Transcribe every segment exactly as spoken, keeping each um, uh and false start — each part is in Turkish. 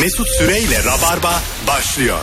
Mesut Süreyle Rabarba başlıyor.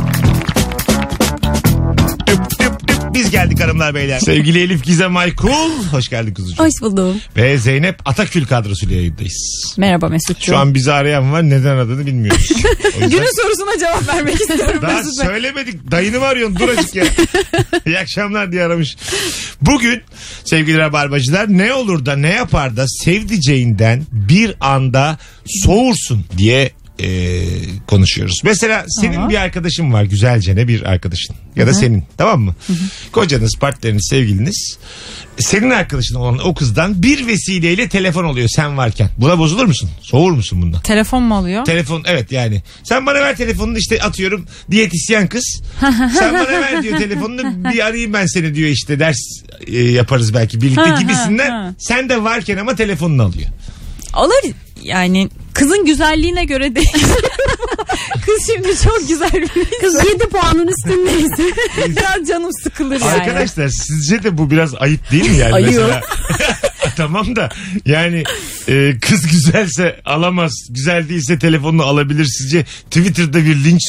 Tüp tüp tüp biz geldik hanımlar beyler. Sevgili Elif Gizem Aykul, hoş geldin kuzucuğum. Hoş buldum. Ve Zeynep Atakül kadrosuyla yayındayız. Merhaba Mesut'cuğum. Şu an bizi arayan var, neden aradığını bilmiyoruz. Yüzden... Günün sorusuna cevap vermek istiyorum. Daha Mesut Bey. söylemedik, dayını mı arıyorsun, dur azıcık ya. İyi akşamlar diye aramış. Bugün sevgili Rabarbacılar, ne olur da ne yapar da sevdiceğinden bir anda soğursun diye e, konuşuyoruz. Mesela senin Aha. bir arkadaşın var, güzelce ne bir arkadaşın ya da Hı-hı. senin, tamam mı? Hı-hı. Kocanız, partneriniz, sevgiliniz, senin arkadaşın olan o kızdan bir vesileyle telefon oluyor sen varken. Buna bozulur musun? Soğur musun bundan? Telefon mu alıyor? Telefon, evet yani. Sen bana ver telefonunu, işte atıyorum diyetisyen kız. Sen bana ver diyor telefonunu, bir arayayım ben seni diyor, işte ders e, yaparız belki birlikte Ha, gibisinden. ha, ha. Sen de varken ama telefonunu alıyor. Olur yani, kızın güzelliğine göre değil. Kız şimdi çok güzel bir kız. yedi puanın üstündeyiz. Biraz canım sıkılır yani. Arkadaşlar sizce de bu biraz ayıp değil mi yani? Ayıp. Mesela, tamam da yani e, kız güzelse alamaz, güzel değilse telefonunu alabilir. Sizce Twitter'da bir linç...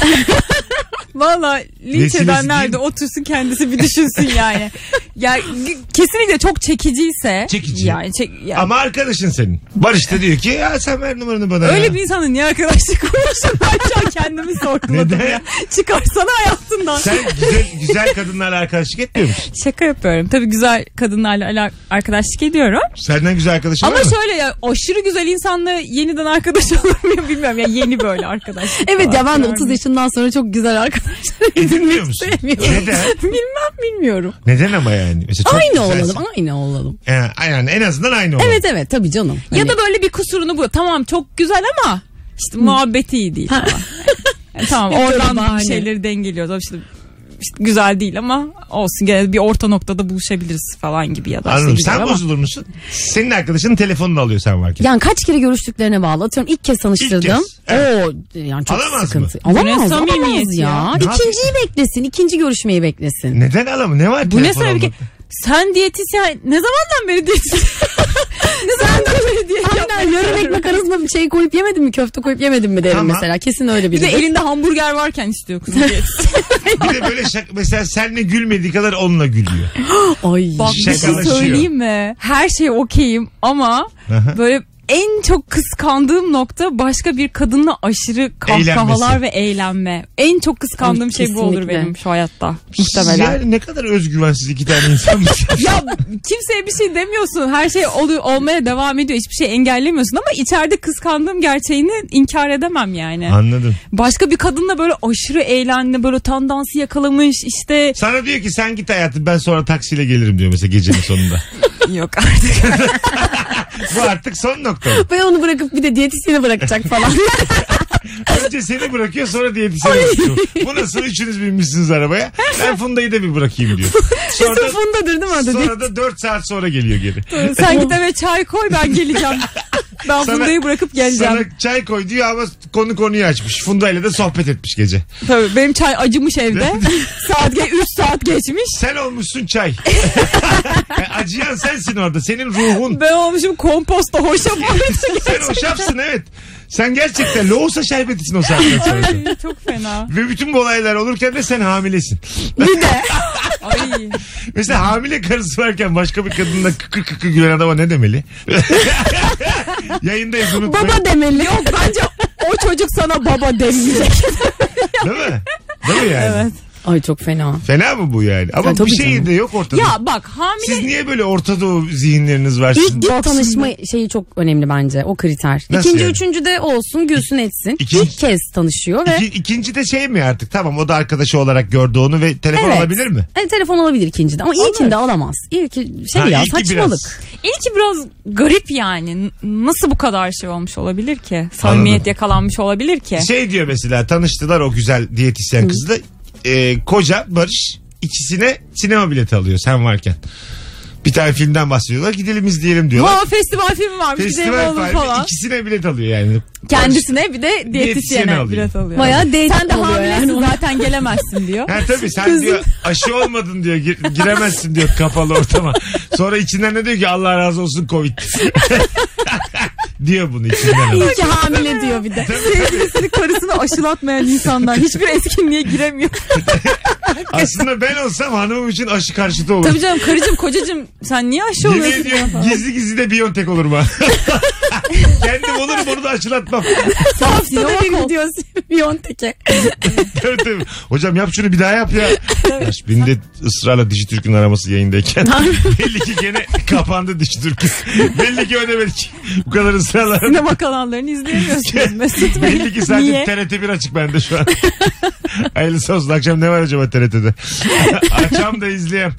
Valla linç Vesilesi edenler değil de mi? otursun kendisi bir düşünsün yani. Ya kesinlikle çok çekiciyse. Çekici. Yani, çek, yani. Ama arkadaşın senin. Barış da diyor ki ya sen ver numaranı bana. Öyle ya. bir insanın niye arkadaşlık kuruyorsun? Ben şu an kendimi sorguladım Neden? ya. Çıkarsana hayatından. Sen güzel, güzel kadınlarla arkadaşlık etmiyor musun? Şaka yapıyorum. Tabii güzel kadınlarla ala- arkadaşlık ediyorum. Senden güzel arkadaşın Ama var mı? şöyle ya, aşırı güzel insanla yeniden arkadaş olur muyum bilmiyorum. Ya yeni böyle arkadaşlık. Evet falan ya, ben de var otuz mı? yaşından sonra çok güzel arkadaşlar Edinmiyor edinmek musun? istemiyorum. Neden? Bilmem, bilmiyorum. Neden ama yani? Mesela çok Aynı güzelsin. olalım, aynı olalım. Yani, yani en azından aynı olalım. Evet evet, tabii canım. Ya Hani- da böyle bir kusurunu bu. Tamam çok güzel ama işte muhabbeti iyi değil falan. Yani tamam Hep böyle oradan bahane. bir şeyleri dengeliyoruz. Tabii işte, işte güzel değil ama olsun, gene bir orta noktada buluşabiliriz falan gibi ya da. Anladım. işte Sen ama. bozulur musun? Senin arkadaşının telefonunu alıyor sen varken. Yani kaç kere görüştüklerine bağlı. Atıyorum ilk kez tanıştırdım. İlk kez, evet. Oo, yani çok Alamaz sıkıntı. mı? Bu ne Alamaz, samimiyet alamaz ya. ya. Ne İkinciyi beklesin, ikinci görüşmeyi beklesin. Neden alamıyor? Ne var Bu ne telefon söyle ki? almakta? Sen diyetisyen ne zamandan beri diyetisyen? ne zamandan beri diyetisyen? Aynen, yarım ekmek arasında bir şey koyup yemedin mi, köfte koyup yemedin mi derim Tamam. mesela. Kesin öyle Bir biri. de elinde hamburger varken istiyor kızım diyetisyen. Bir de böyle şaka, mesela seninle gülmediği kadar onunla gülüyor. Ay. Bak bir şey Şakalaşıyor. söyleyeyim mi? Her şey okeyim ama Aha. böyle en çok kıskandığım nokta başka bir kadınla aşırı kahkahalar Eğlenmesi. ve eğlenme. En çok kıskandığım Ay, şey bu olur kesinlikle. benim şu hayatta. Siz Muhtemelen. yani ne kadar özgüvensiz iki tane insan mısınız? Ya kimseye bir şey demiyorsun. Her şey oluyor, olmaya devam ediyor. Hiçbir şey engellemiyorsun ama içeride kıskandığım gerçeğini inkar edemem yani. Anladım. Başka bir kadınla böyle aşırı eğlendi, böyle tandansı yakalamış işte. Sana diyor ki sen git hayatım, ben sonra taksiyle gelirim diyor mesela gecenin sonunda. Yok artık. Bu artık son nokta. Ve onu bırakıp bir de diyetisyeni bırakacak falan. Önce seni bırakıyor, sonra diyetisyeni bırakıyor. Bu nasıl, üçünüz binmişsiniz arabaya. Ben Funda'yı da bir bırakayım diyor. Sonra da, Fundadır değil mi adı? sonra da dört saat sonra geliyor geri. Sen git eve çay koy, ben geleceğim. Ben Sana- Funda'yı bırakıp geleceğim. Sana çay koy diyor ama konu konuyu açmış. Funda ile de sohbet etmiş gece. Tabii benim çay acımış evde. Saat ge- üç saat geçmiş. Sen olmuşsun çay. Yani acıyan sensin orada. Senin ruhun. Ben olmuşum komposta hoşaf. Sen o şapsın, evet. Sen gerçekten loğusa şerbetisin o saatten sonra. Ay, çok fena. Ve bütün bu olaylar olurken de sen hamilesin. Bir de. Ay. Mesela hamile karısı varken başka bir kadınla kıkır kıkır gülen adama ne demeli? Yayındayız, unutmayın. Baba demeli. Yok bence o çocuk sana baba demeyecek. Değil mi? Değil mi yani? Evet. Ay çok fena. Fena mı bu yani? Ama Ya, tabii bir şey canım. de yok ortada. Ya bak hamile. Siz niye böyle Orta Doğu zihinleriniz var? İlk, Sizin- ilk tanışma şeyi çok önemli bence. O kriter. Nasıl İkinci, yani? üçüncü de olsun, gülsün etsin. İkinci- İlk kez tanışıyor ve... İki, ikinci de şey mi artık? Tamam, o da arkadaşı olarak gördü onu ve telefon Evet. alabilir mi? E, telefon alabilir ikincide ama ilkinde alamaz. İlki şey Ha, ya, ilki saçmalık. biraz. İlki biraz garip yani. N- Nasıl bu kadar şey olmuş olabilir ki? Samimiyet Anladım. yakalanmış olabilir ki? Şey diyor mesela, tanıştılar o güzel diyetisyen kızla. E, koca Barış ikisine sinema bileti alıyor sen varken. Bir tane filmden bahsediyorlar. Gidelim izleyelim diyorlar. Ha, festival filmi varmış. Gidelim Festival oğlum filmi falan. ikisine bilet alıyor yani. Kendisine bir de Diyetisyene diyetisyene alıyor. bilet alıyor. Bayağı date Sen de oluyor hamilesin yani. zaten gelemezsin diyor. Ha tabii sen diyor aşı olmadın diyor gir- giremezsin diyor kapalı ortama. Sonra içinden ne diyor ki Allah razı olsun Covid. diyor bunu içinden. İyi ki hamile diyor bir de. Sevgilisini karısını aşılatmayan insanlar hiçbir etkinliğe giremiyor. Aslında ben olsam hanımım için aşı karşıtı olurum. Tabii canım karıcığım kocacığım sen niye aşı Yemin oluyorsun? ediyorum ya? gizli gizli de Biontech olurum ha. Kendim olurum onu da aşılatmam. Haftada bir gidiyoruz Biontech'e. Tabii, tabii. Hocam yap şunu bir daha yap ya. Ya benim de ısrarla Dişi Türk'ün araması yayındayken. Belli ki gene kapandı Dişi Türk'ün. Belli ki ödemedik. Bu kadar ısrarla. Sinema kanallarını izleyemiyorsunuz Mesut Bey. Belli ki sadece Niye? T R T bir açık bende şu an. Hayırlısı olsun. Akşam ne var acaba T R T'de? Açam da izleyeyim.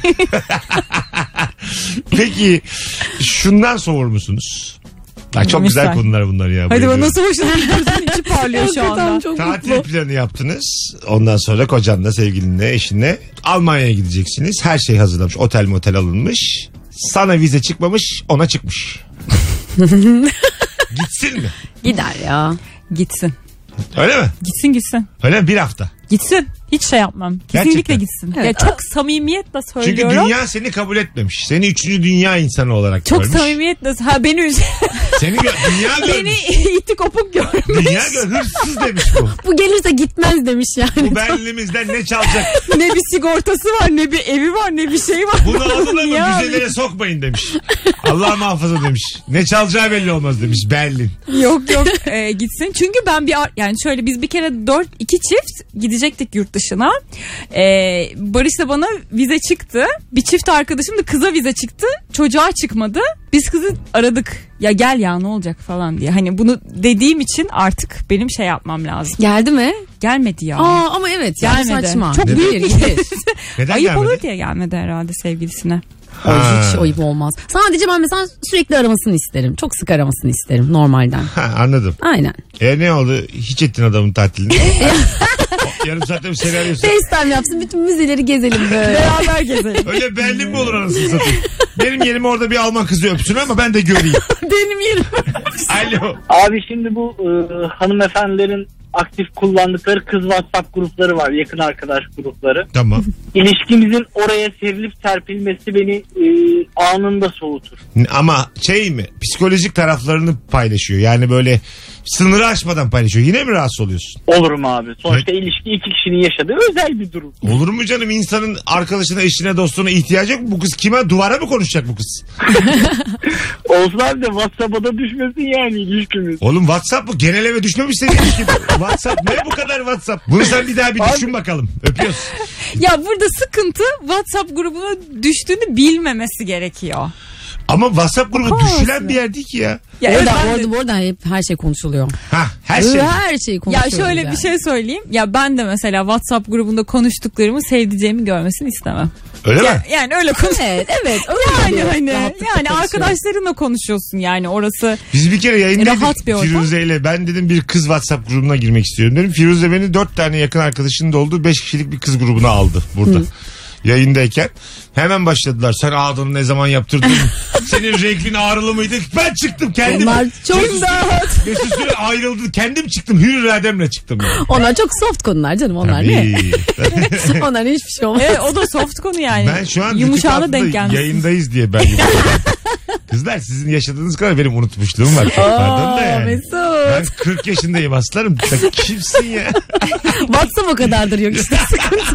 Peki şundan soğur musunuz? Ha, çok Misal. güzel konular bunlar ya. Hadi Bayılıyorum. bana nasıl hoşuna gidiyorsun? İçi parlıyor şu Hakikaten anda. çok Tatil mutlu. planı yaptınız. Ondan sonra kocanla, sevgilinle, eşinle Almanya'ya gideceksiniz. Her şey hazırlamış. Otel motel alınmış. Sana vize çıkmamış, ona çıkmış. Gitsin mi? Gider ya. Gitsin. Öyle mi? Gitsin gitsin. Öyle mi? Bir hafta. Gitsin. Hiç şey yapmam. Kesinlikle Gerçekten. gitsin. Evet. Ya çok samimiyetle Çünkü söylüyorum. dünya seni kabul etmemiş. Seni üçüncü dünya insanı olarak Çok görmüş. samimiyetle. Ha beni üz- Seni gö- dünya beni görmüş. iti kopuk görmüş. Dünya gör hırsız demiş bu. Bu gelirse gitmez demiş yani. Bu Berlin'imizden ne çalacak? Ne bir sigortası var, ne bir evi var, ne bir şey var. Bunu alın Niye ama abi? müzelere sokmayın demiş. Allah muhafaza demiş. Ne çalacağı belli olmaz demiş Berlin. Yok yok e, gitsin. Çünkü ben bir ar- yani şöyle biz bir kere dört iki çift gidecektik yurt dışına. E, Barış da bana vize çıktı. Bir çift arkadaşım da kıza vize çıktı. Çocuğa çıkmadı. Biz kızı aradık. Ya gel ya ne olacak falan diye. Hani bunu dediğim için artık benim şey yapmam lazım. Geldi mi? Gelmedi ya. Aa ama evet ya bu Gelmedi. saçma. Çok Neden? büyük bir Gelir. Neden Ayıp gelmedi? olur diye gelmedi herhalde sevgilisine. O Ha. hiç ayıp olmaz. Sadece ben mesela sürekli aramasını isterim. Çok sık aramasını isterim normalden. Ha, anladım. Aynen. E ne oldu? Hiç ettin adamın tatilini. O, yarım saatte bir seni arıyorsun. FaceTime yapsın bütün müzeleri gezelim böyle. Beraber gezelim. Öyle Berlin mi olur anasını satayım? Benim yerime orada bir Alman kızı öpsün ama ben de göreyim. Benim yerim. Alo. Abi şimdi bu e, hanımefendilerin aktif kullandıkları kız WhatsApp grupları var. Yakın arkadaş grupları. Tamam. İlişkimizin oraya serilip serpilmesi beni e, anında soğutur. Ama şey mi? Psikolojik taraflarını paylaşıyor. Yani böyle sınırı aşmadan paylaşıyor. Yine mi rahatsız oluyorsun? Olurum abi. Sonuçta ilişki iki kişinin yaşadığı özel bir durum. Olur mu canım? İnsanın arkadaşına, eşine, dostuna ihtiyacı yok mu? Bu kız kime? Duvara mı konuşacak bu kız? Olsun abi de WhatsApp'a da düşmesin yani ilişkimiz. Oğlum WhatsApp bu. Genel eve düşmemiş senin ilişkin. WhatsApp ne bu kadar WhatsApp? Bunu sen bir daha bir düşün bakalım. Öpüyoruz. Ya burada sıkıntı WhatsApp grubuna düştüğünü bilmemesi gerekiyor. Ama WhatsApp grubu Bakar düşülen mısın? bir yer değil ki ya. Ya, evet, Orada, ben de- orada, bu arada hep her şey konuşuluyor. Ha, her şey. Her şey ya konuşuyoruz şöyle yani. bir şey söyleyeyim. Ya ben de mesela WhatsApp grubunda konuştuklarımı sevdiceğimi görmesini istemem. Öyle mi? Ya, yani öyle konuş. Evet evet. Öyle Yani oluyor. hani Rahatlıkla yani konuşuyoruz. arkadaşlarınla konuşuyorsun yani orası. Biz bir kere yayındaydık Rahat bir ortam. Firuze ile. Ben dedim bir kız WhatsApp grubuna girmek istiyorum dedim. Firuze beni dört tane yakın arkadaşının da olduğu beş kişilik bir kız grubuna aldı burada. Yayındayken. Hemen başladılar. Sen ağdını ne zaman yaptırdın? Senin renklin ağrılı mıydı? Ben çıktım kendim. Onlar çok Mesut Süre- Mesut Süre ayrıldı. Kendim çıktım. Hür irademle çıktım. Yani. Onlar çok soft konular canım onlar ne? Tabii. Onlar hiçbir şey olmaz. Evet, o da soft konu yani. Ben şu an yumuşağına Rütük denk altında gelmiş. yayındayız diye ben yumuşadım. Kızlar sizin yaşadığınız kadar benim unutmuşluğum var. Pardon da yani. Mesut. Ben kırk yaşındayım aslanım. Sen kimsin ya? WhatsApp o kadardır yok işte sıkıntı.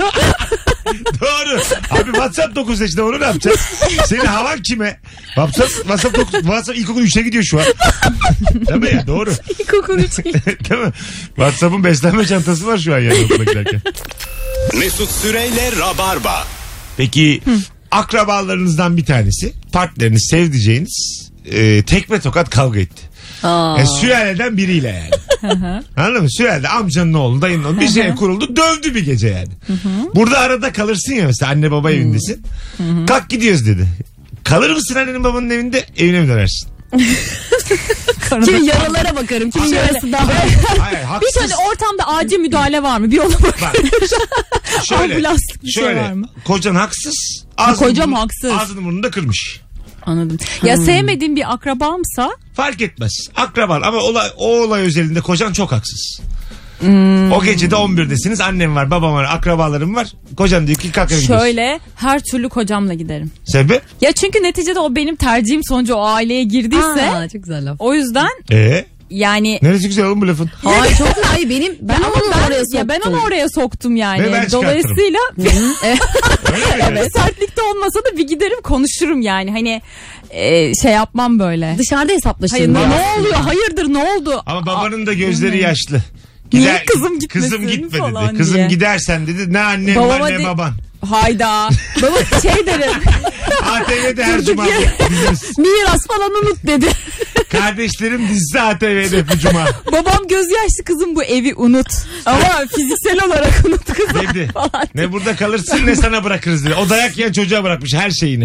Doğru. Abi WhatsApp dokuz yaşında onu ne yapacağız? Senin havan kime? WhatsApp, WhatsApp, dokuz, WhatsApp ilkokul üçe gidiyor şu an. Değil mi ya? Doğru. İlkokul üç. Değil mi? WhatsApp'ın beslenme çantası var şu an yani okula giderken. Mesut Süreyle Rabarba. Peki akrabalarınızdan bir tanesi partnerini sevdiceğiniz e, tekme tokat kavga etti. Aa. E, sülaleden biriyle yani. Anladın mı? Sülalede amcanın oğlu, dayının oğlu bir şey kuruldu, dövdü bir gece yani. Burada arada kalırsın ya mesela anne baba evindesin. Kalk gidiyoruz dedi. Kalır mısın annenin babanın evinde, evine mi dönersin? Kimin yaralara bakarım. Kimin yarası daha. Hayır, haksız. Bir tane ortamda acil müdahale var mı? Bir ona bak. Bak, şöyle, Ambulanslık bir şöyle, şey var mı? kocan haksız. Ağzını, kocam burnunu- haksız. Ağzını burnunu da kırmış. Anladım. Ya sevmediğim bir akrabamsa Fark etmez. Akraban ama olay, o olay özelinde kocan çok haksız. Hmm. O gece de on birdesiniz. Annem var, babam var, akrabalarım var. Kocan diyor ki kalk eve gidiyorsun. şöyle her türlü kocamla giderim. Sebep? Ya çünkü neticede o benim tercihim sonucu o aileye girdiyse Aa, çok güzel laf. o yüzden Ee, yani neresi güzel oğlum bu lafın? Hayır çok hayır benim ben ama onu ben, oraya soktum. ya ben onu oraya soktum yani. Ve ben çıkartırım. Dolayısıyla Evet. Öyle mi? evet, sertlikte olmasa da bir giderim konuşurum yani. Hani e, şey yapmam böyle. Dışarıda hesaplaşırım. Hayır ne, ya. ne oluyor? Hayırdır ne oldu? Ama babanın da gözleri yaşlı. Niye kızım gitmesin Kızım gitme falan dedi. Kızım diye. gidersen dedi. Ne annem Babama var ne de- baban. Hayda. Baba şey derim. A T V'de her cuma yere. dizimiz. Miras falan unut dedi. Kardeşlerim dizisi A T V'de bu cuma Babam göz yaşlı kızım bu evi unut. Ama fiziksel olarak unut kızım dedi. falan. Ne burada kalırsın ne sana bırakırız dedi. O dayak yiyen çocuğa bırakmış her şeyini.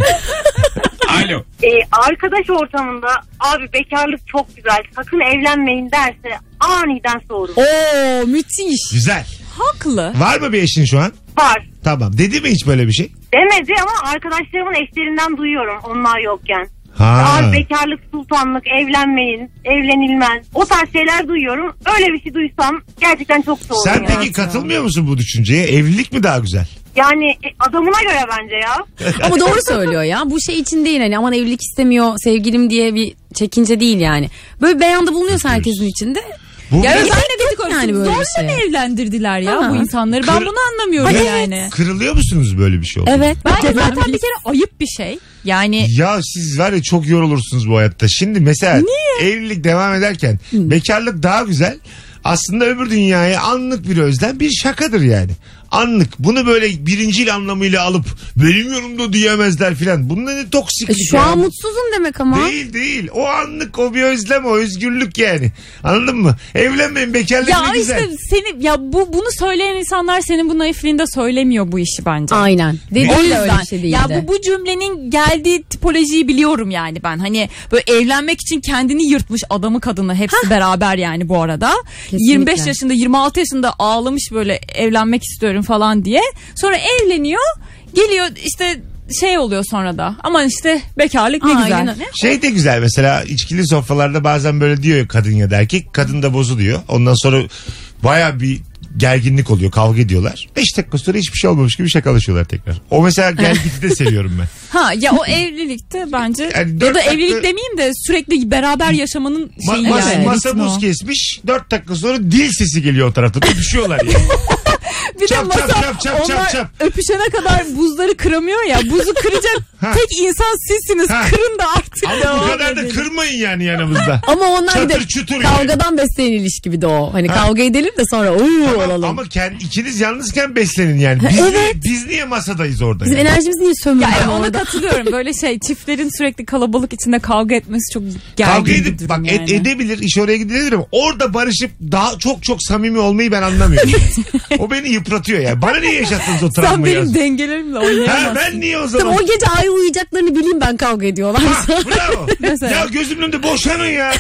Alo. Ee, arkadaş ortamında abi bekarlık çok güzel sakın evlenmeyin derse aniden soğurum. Oo müthiş. Güzel. Haklı. Var mı bir eşin şu an? Var. Tamam. Dedi mi hiç böyle bir şey? Demedi ama arkadaşlarımın eşlerinden duyuyorum onlar yokken. Ha. Abi bekarlık sultanlık evlenmeyin evlenilmez o tarz şeyler duyuyorum. Öyle bir şey duysam gerçekten çok soğurum. Sen ya. peki katılmıyor musun bu düşünceye? Evlilik mi daha güzel? Yani e, adamına göre bence ya. Ama doğru söylüyor ya. Bu şey için değil hani aman evlilik istemiyor sevgilim diye bir çekince değil yani. Böyle beyanda bulunuyorsa herkesin içinde. Bu Ya biraz ben de dedik yani yani böyle bir zorla şey. mı evlendirdiler ya Ha. bu insanları? Ben Kır- bunu anlamıyorum Hadi yani. kırılıyor musunuz böyle bir şey oldu? Evet. Bence zaten bir kere ayıp bir şey. Yani Ya siz var ya çok yorulursunuz bu hayatta. Şimdi mesela evlilik devam ederken bekarlık daha güzel. Aslında öbür dünyaya anlık bir özlem bir şakadır yani. Anlık. Bunu böyle birincil anlamıyla alıp benim yorumda diyemezler filan. Bunun ne toksiklik E, şu ya. an mutsuzum demek ama. Değil değil. O anlık o bir özlem o özgürlük yani. Anladın mı? Evlenmeyin bekarlık ya ne güzel. işte seni ya bu bunu söyleyen insanlar senin bu naifliğinde söylemiyor bu işi bence. Aynen. Dediğin O de yüzden öyle bir şey değildi. ya bu bu cümlenin geldiği tipolojiyi biliyorum yani ben. Hani böyle evlenmek için kendini yırtmış adamı kadını hepsi beraber yani bu arada. Kesinlikle. yirmi beş yaşında yirmi altı yaşında ağlamış böyle evlenmek istiyorum falan diye. Sonra evleniyor. Geliyor işte şey oluyor sonra da. Aman işte bekarlık ne Aynen güzel. öyle. Şey de güzel mesela içkili sofralarda bazen böyle diyor ya kadın ya da erkek. Kadın da bozuluyor. Ondan sonra baya bir gerginlik oluyor. Kavga ediyorlar. Beş dakika sonra hiçbir şey olmamış gibi şakalaşıyorlar tekrar. O mesela gergiti de seviyorum ben. Ha ya o evlilikte bence Yani ya dört da dakika- evlilik demeyeyim de sürekli beraber yaşamanın Ma- şeyi masa, yani. masa ritmi o. buz kesmiş. Dört dakika sonra dil sesi geliyor o tarafta. Düşüyorlar yani. Bir Çap, de masa çap, çap, çap, onlar çap, çap. öpüşene kadar buzları kıramıyor ya. Buzu kıracak Ha. tek insan sizsiniz. Ha. Kırın da artık. Ama bu devam kadar da edelim. kırmayın yani yanımızda. Ama onlar bir de Çatır çutur yani. kavgadan beslenen ilişki bir de o. Hani Ha. kavga edelim de sonra uuu Ama, olalım. ama kendi, ikiniz yalnızken beslenin yani. Biz, Evet. niye, biz niye masadayız orada? Bizim yani? enerjimizi niye Ya sömürüyor evet, ona orada? katılıyorum. Böyle şey çiftlerin sürekli kalabalık içinde kavga etmesi çok gergin Kavga bir edip durum bak yani. et, edebilir iş oraya gidebilir ama orada barışıp daha çok çok samimi olmayı ben anlamıyorum. O beni yıpratıyor ya. Bana niye yaşattınız o Sen travmayı? benim yazın? dengelerimle Ha, oynayamazsın. ben niye o Tabii zaman? o gece ayrı uyuyacaklarını bileyim ben kavga ediyorlar. Ha, bravo. Mesela. Ya gözümün önünde boşanın ya.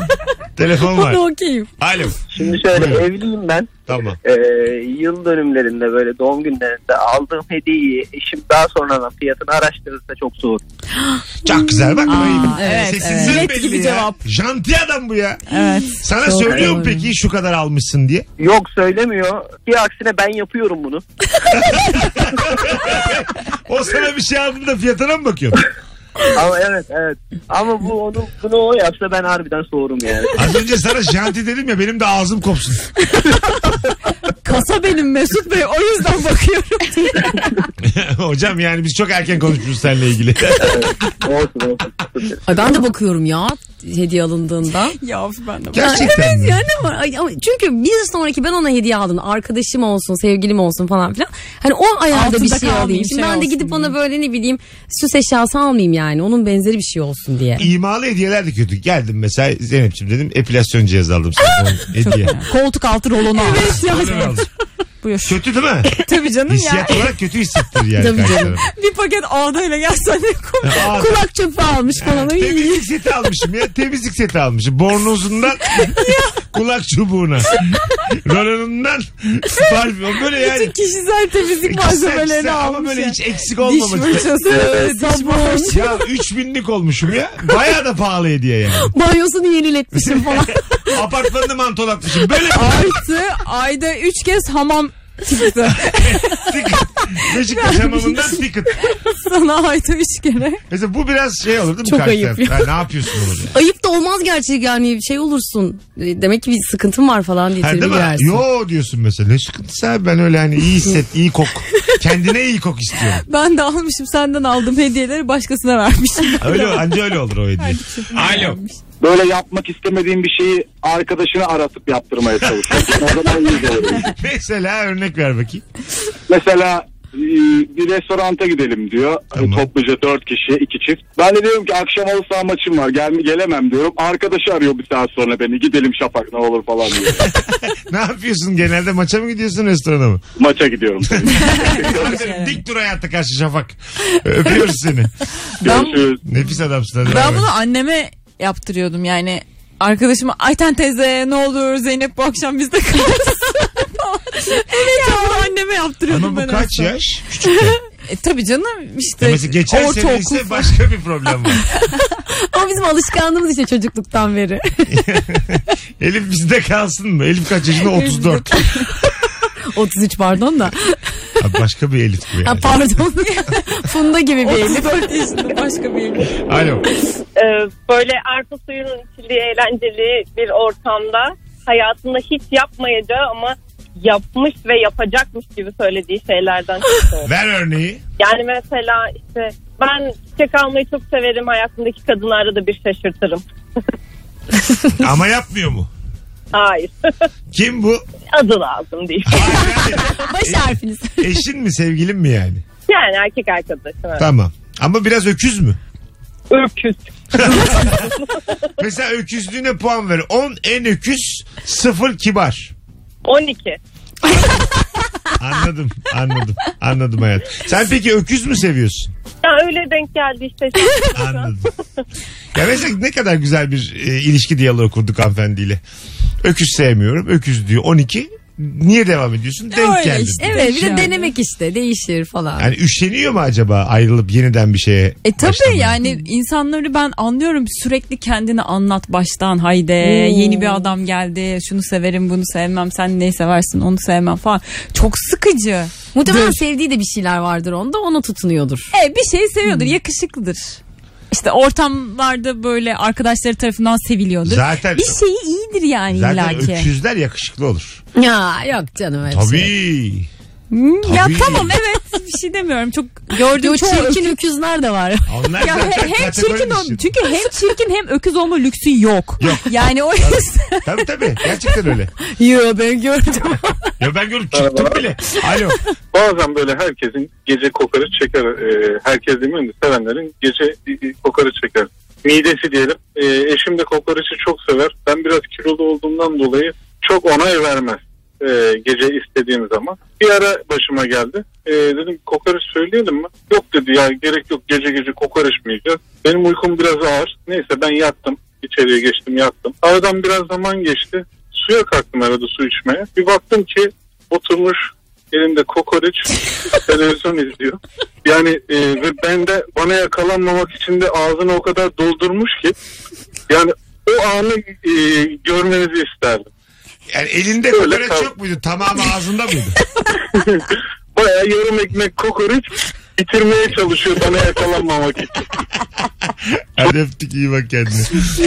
Telefon var. Onu okeyim. Alo. Şimdi şöyle Buyurun. evliyim ben. Tamam. Ee, yıl dönümlerinde böyle doğum günlerinde aldığım hediyeyi eşim daha sonradan fiyatını araştırırsa çok soğur. Çok güzel bak. Aa, ayıp. evet, Sesinden evet. belli Gibi ya. cevap. Janti adam bu ya. Evet. Sana Çok söylüyor mu doğru. peki şu kadar almışsın diye? Yok söylemiyor. Ki aksine ben yapıyorum bunu. O sana bir şey aldığında fiyatına mı bakıyorsun? Ama evet evet. Ama bu onu bunu o yapsa ben harbiden soğurum yani. Az önce sana janti dedim ya benim de ağzım kopsun. Kasa benim Mesut Bey o yüzden bakıyorum. Hocam yani biz çok erken konuşmuşuz seninle ilgili. olsun olsun. Ay ben de bakıyorum ya hediye alındığında. ya ben de Gerçekten Evet mi? yani ama, ay, ama çünkü bir sonraki ben ona hediye aldım. Arkadaşım olsun, sevgilim olsun falan filan. Hani o ayarda Altında bir şey kalmayayım, alayım. Şimdi şey ben de olsun gidip diye. ona böyle ne bileyim süs eşyası almayayım yani. Onun benzeri bir şey olsun diye. İmalı hediyeler de kötü. Geldim mesela Zeynep'ciğim dedim epilasyon cihazı aldım sana. Hediye. koltuk altı rolonu aldım. Öyle aldım. Buyur. Kötü değil mi? Tabii canım ya. Hissiyat olarak kötü hissettir yani. Tabii karşı canım. taraf. Bir paket ağdayla gelsen ne komik. Aa, Kulak çöpü almış falan. Ay. temizlik seti almışım ya. Temizlik seti almışım. Bornozundan kulak çubuğuna. Rolonundan parfüm. Böyle yani. Bütün kişisel temizlik malzemelerini almış. Ama böyle ya. hiç eksik Diş olmaması. fırçası, diş macunu. Ya üç binlik olmuşum ya. Bayağı da pahalı hediye yani. Banyosunu yeniletmişim falan. Apartmanını mantolatmışım. Böyle Artı ayda üç kez hamam çıktı. ticket. Beşiktaş hamamından ticket. Sana ayda üç kere. Mesela bu biraz şey olur değil mi? Çok karşı ayıp taraf? ya. Ha, ne yapıyorsun olur ya? Ayıp da olmaz gerçi yani şey olursun. Demek ki bir sıkıntın var falan diye Ha, tribe değil mi? girersin. Yo diyorsun mesela. Ne sıkıntısı abi, ben öyle hani iyi hisset, iyi kok. Kendine iyi kok istiyorum. Ben de almışım senden aldığım hediyeleri başkasına vermişim. Öyle anca öyle olur o hediye. Alo. Böyle yapmak istemediğin bir şeyi arkadaşına aratıp yaptırmaya çalışıyorsun. O zaman iyi olur. Mesela örnek ver bakayım. Mesela e, bir restoranta gidelim diyor. Tamam. E, Topluca dört kişi, iki çift. Ben de diyorum ki akşam halı saha maçım var. Gel, gelemem diyorum. Arkadaşı arıyor bir saat sonra beni. Gidelim Şafak ne olur falan diyor. Ne yapıyorsun genelde, maça mı gidiyorsun, restorana mı? Maça gidiyorum. Dik dur hayata karşı Şafak. Öpüyoruz seni. Ben, Görüşürüz. Nefis adamsın. Hadi ben bay bay. bunu anneme yaptırıyordum yani. Arkadaşıma Ayten teyze ne olur Zeynep bu akşam bizde kalsın. Evet ya, anneme yaptırıyordum Ama ben. bu kaç aslında. yaş? Küçükken. E, tabii canım işte. Ya mesela geçen sene ortaokul ise falan. başka bir problem var. Ama bizim alışkanlığımız işte çocukluktan beri. Elif bizde kalsın mı? Elif kaç yaşında? otuz dört. otuz üç pardon da. Abi başka bir elit bu Ha, yani. pardon. Funda gibi bir Elif. otuz dört yaşında başka bir. Alo. Ee, böyle arpa suyunun içildiği eğlenceli bir ortamda hayatında hiç yapmayacağı ama yapmış ve yapacakmış gibi söylediği şeylerden çıkıyor. Ver örneği. Yani mesela işte ben çiçek almayı çok severim, hayatımdaki kadınlarda da bir şaşırtırım. Ama yapmıyor mu? Hayır. Kim bu? Adı lazım değil. Hayır, hayır. Baş harfiniz. Eşin mi, sevgilin mi yani? Yani erkek arkadaşım. Evet. Tamam. Ama biraz öküz mü? Öküz. Mesela öküzlüğüne puan ver. on en öküz, sıfır kibar. on iki. Anladım, anladım. Anladım hayat. Sen peki öküz mü seviyorsun? Ya öyle denk geldi işte. Anladım. Ya mesela ne kadar güzel bir e, ilişki diyaloğu kurduk hanımefendiyle. Öküz sevmiyorum. Öküz diyor. on iki. Niye devam ediyorsun? Denk Öyle geldin. işte. Evet bir de Yani. denemek işte değişir falan. Yani üşeniyor mu acaba ayrılıp yeniden bir şeye E tabii başlamaya? yani insanları ben anlıyorum, sürekli kendini anlat baştan, haydi yeni bir adam geldi, şunu severim bunu sevmem, sen neyi seversin onu sevmem falan, çok sıkıcı. Muhtemelen Dur. sevdiği de bir şeyler vardır onda ona tutunuyordur. E bir şey seviyordur, yakışıklıdır. İşte ortamlarda böyle arkadaşları tarafından seviliyordur. Zaten- bir şeyi iyidir yani Zaten illaki. öküzler yakışıklı olur. Ya yok canım öyle şey. Tabii. Hmm, ya Tabii. tamam evet, bir şey demiyorum. Çok gördüğüm Yo, çoğu çirkin öküzler de var. Onlar Ya zaten he- hem kategori çirkin dışı. ol- çünkü hem çirkin hem öküz olma lüksü yok. Yok. Yani o yüzden. Tabii tabii. Gerçekten öyle. Yo ben gördüm. Ya ben görüp çıktım bile. Alo. Bazen böyle herkesin gece kokoreç çeker. E, herkes demiyorum da sevenlerin gece e, kokoreç çeker. Midesi diyelim. E, eşim de kokoreçi çok sever. Ben biraz kilolu olduğumdan dolayı çok onay vermez. E, gece istediğim zaman. Bir ara başıma geldi. E, dedim kokoreç söyleyelim mi? Yok dedi ya, gerek yok, gece gece kokoreç mi yiyeceğiz? Benim uykum biraz ağır. Neyse ben yattım. İçeriye geçtim yattım. Aradan biraz zaman geçti. Suya kalktım arada su içmeye. Bir baktım ki oturmuş elinde kokoreç televizyon izliyor. Yani e, ve ben de bana yakalanmamak için de ağzını o kadar doldurmuş ki yani o anı e, görmenizi isterdim. Yani elinde Öyle kokoreç kal- yok muydu? Tamamı ağzında mıydı? Bayağı yarım ekmek kokoreç bitirmeye çalışıyor bana yakalanmamak için. Hadi öptük, iyi bak kendine.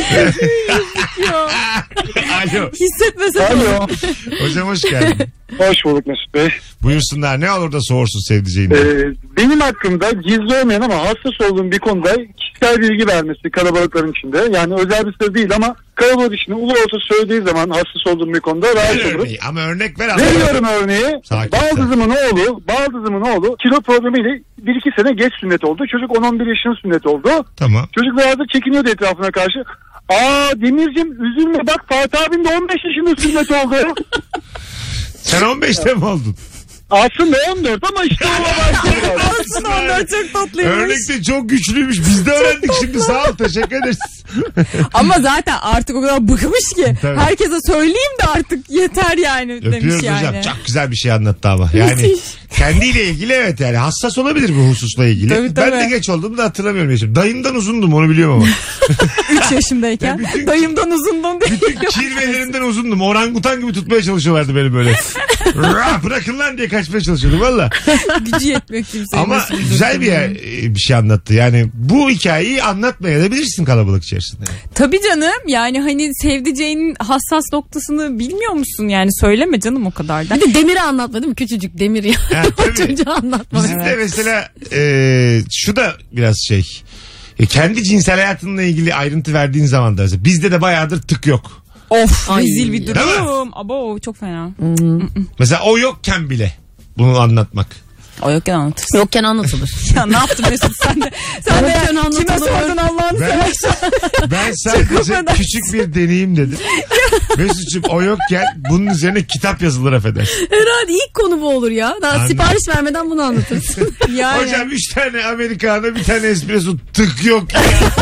Alo. Hissetmesen Alo. Hocam hoş geldin. Hoş bulduk Mesut Bey. Buyursunlar, ne olur da soğursun sevdiceğinden. Ee, benim hakkımda gizli olmayan ama hassas olduğum bir konuda kişisel bilgi vermesi kalabalıkların içinde. Yani özel bir sır değil ama kalabalık içinde ulu orta söylediği zaman hassas olduğum bir konuda rahatsız Ver olurum. örneği, ama örnek ver. Veriyorum örneği. Sakin. Baldızımın oğlu, baldızımın oğlu kilo problemiyle bir iki sene geç sünnet oldu. Çocuk on on bir yaşında sünnet oldu. Tamam. Çocuk biraz da çekiniyordu etrafına karşı. Aa Demircim üzülme bak Fatih abim de on beş yaşında sünnet oldu. Sen on beşte mi oldun? Aslında on dört ama işte o başlıyor. Aslında onlar çok tatlıymış. Örnek de çok güçlüymüş. Biz de öğrendik şimdi. Sağ ol. Teşekkür ederiz. Ama zaten artık o kadar bıkmış ki. Tabii. Herkese söyleyeyim de artık yeter yani demiş Öpüyoruz yani. hocam. Çok güzel bir şey anlattı ama. Yani Müthiş. kendiyle ilgili evet yani. Hassas olabilir bu hususla ilgili. Tabii, Ben tabii. de geç oldum da hatırlamıyorum yaşım. Dayımdan uzundum onu biliyorum ama. üç yaşındayken. Ya bütün- Dayımdan uzundum diye. Bütün kirvelerimden uzundum. Orangutan gibi tutmaya çalışıyorlardı beni böyle. Rah, bırakın lan diye kaçmaya çalışıyordum valla. Gücü yetmiyor kimseye. Ama Nasıl güzel bir, yer, bir şey anlattı. Yani bu hikayeyi anlatmaya da bilirsin kalabalık içerisinde. Tabii canım yani hani sevdiceğinin hassas noktasını bilmiyor musun yani söyleme canım o kadar da. Bir de Demir'i anlatma değil mi? Küçücük Demir ya. Ha, tabii. Çocuğu anlatma. Bizim de mesela e, şu da biraz şey. E, kendi cinsel hayatınla ilgili ayrıntı verdiğin zaman da mesela bizde de bayağıdır tık yok. Of Ay. rezil bir Değil mi? durum. Abo çok fena. Mesela o yokken bile bunu anlatmak. O yokken anlatırsın. Yokken anlatılır. Ya ne yaptın Mesut sen de? Sen de Yokken kime anlatılır. sordun Allah'ını Ben, seversen. ben sadece affedersin. küçük bir deneyim dedim. Mesut'cum o yokken bunun üzerine kitap yazılır affedersin. Herhalde ilk konu bu olur ya. Daha Anladım. sipariş vermeden bunu anlatırsın. Yani, Hocam üç tane Amerikanı bir tane espresso tık yok ya.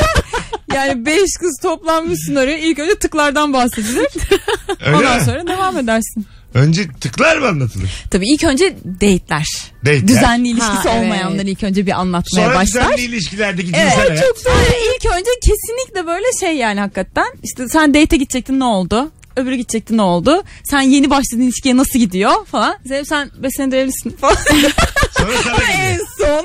yani beş kız toplanmışsın oraya. İlk önce tıklardan bahsedilir. Öyle Ondan mi? sonra devam edersin. Önce tıklar mı anlatılır? Tabii ilk önce date'ler. Date'ler. Düzenli ilişkisi Ha, evet. olmayanları ilk önce bir anlatmaya Sonra başlar. düzenli ilişkilerdeki cinsel Evet hayat. çok doğru. İlk önce kesinlikle böyle şey yani hakikaten. İşte sen date'e gidecektin ne oldu? Öbürü gidecekti ne oldu? Sen yeni başladığın ilişkiye nasıl gidiyor falan. Zeynep sen beş senedir evlisin falan. Sonra sana en gidiyor. son.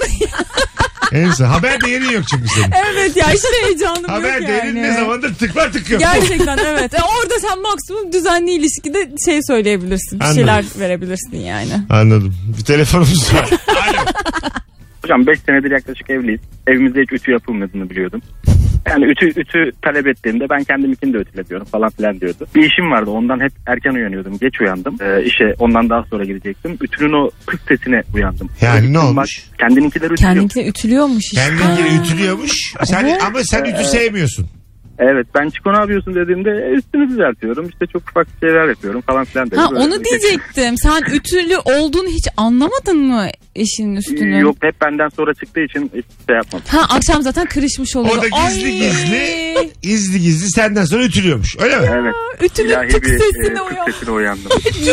En son. Haber değerin yok çünkü senin. Evet ya işte heyecanım Haber yok değerin yani. ne zamandır tık var tık yok. Gerçekten evet. E orada sen maksimum düzenli ilişkide şey söyleyebilirsin. Bir Anladım. şeyler verebilirsin yani. Anladım. Bir telefonumuz var. Alo. Hocam beş senedir yaklaşık evliyiz. Evimizde hiç ütü yapılmadığını biliyordum. Yani ütü ütü talep ettiğimde ben kendiminkini de ütületiyorum falan filan diyordu. Bir işim vardı, ondan hep erken uyanıyordum. Geç uyandım. Ee, işe ondan daha sonra gidecektim. Ütünün o pıs sesine uyandım. Yani Böyle ne ütüm olmuş? var. Kendininkiler ütülüyor. Kendinkiyle ütülüyormuş işte. Kendini ütülüyormuş. Sen, ama sen ütü sevmiyorsun. Evet, ben Çiko ne yapıyorsun dediğimde "E, üstünü düzeltiyorum. İşte çok ufak şeyler yapıyorum falan filan dedi. Ha Böyle onu bir- diyecektim. Sen ütülü olduğunu hiç anlamadın mı eşinin üstünü? Yok, hep benden sonra çıktığı için hiç şey yapmadım. Ha akşam zaten kırışmış oluyor. O da gizli Ay. gizli gizli gizli senden sonra ütülüyormuş. Öyle mi? Evet. Ütünün İlahi tık bir e, sesine tık uyan. sesine uyandım.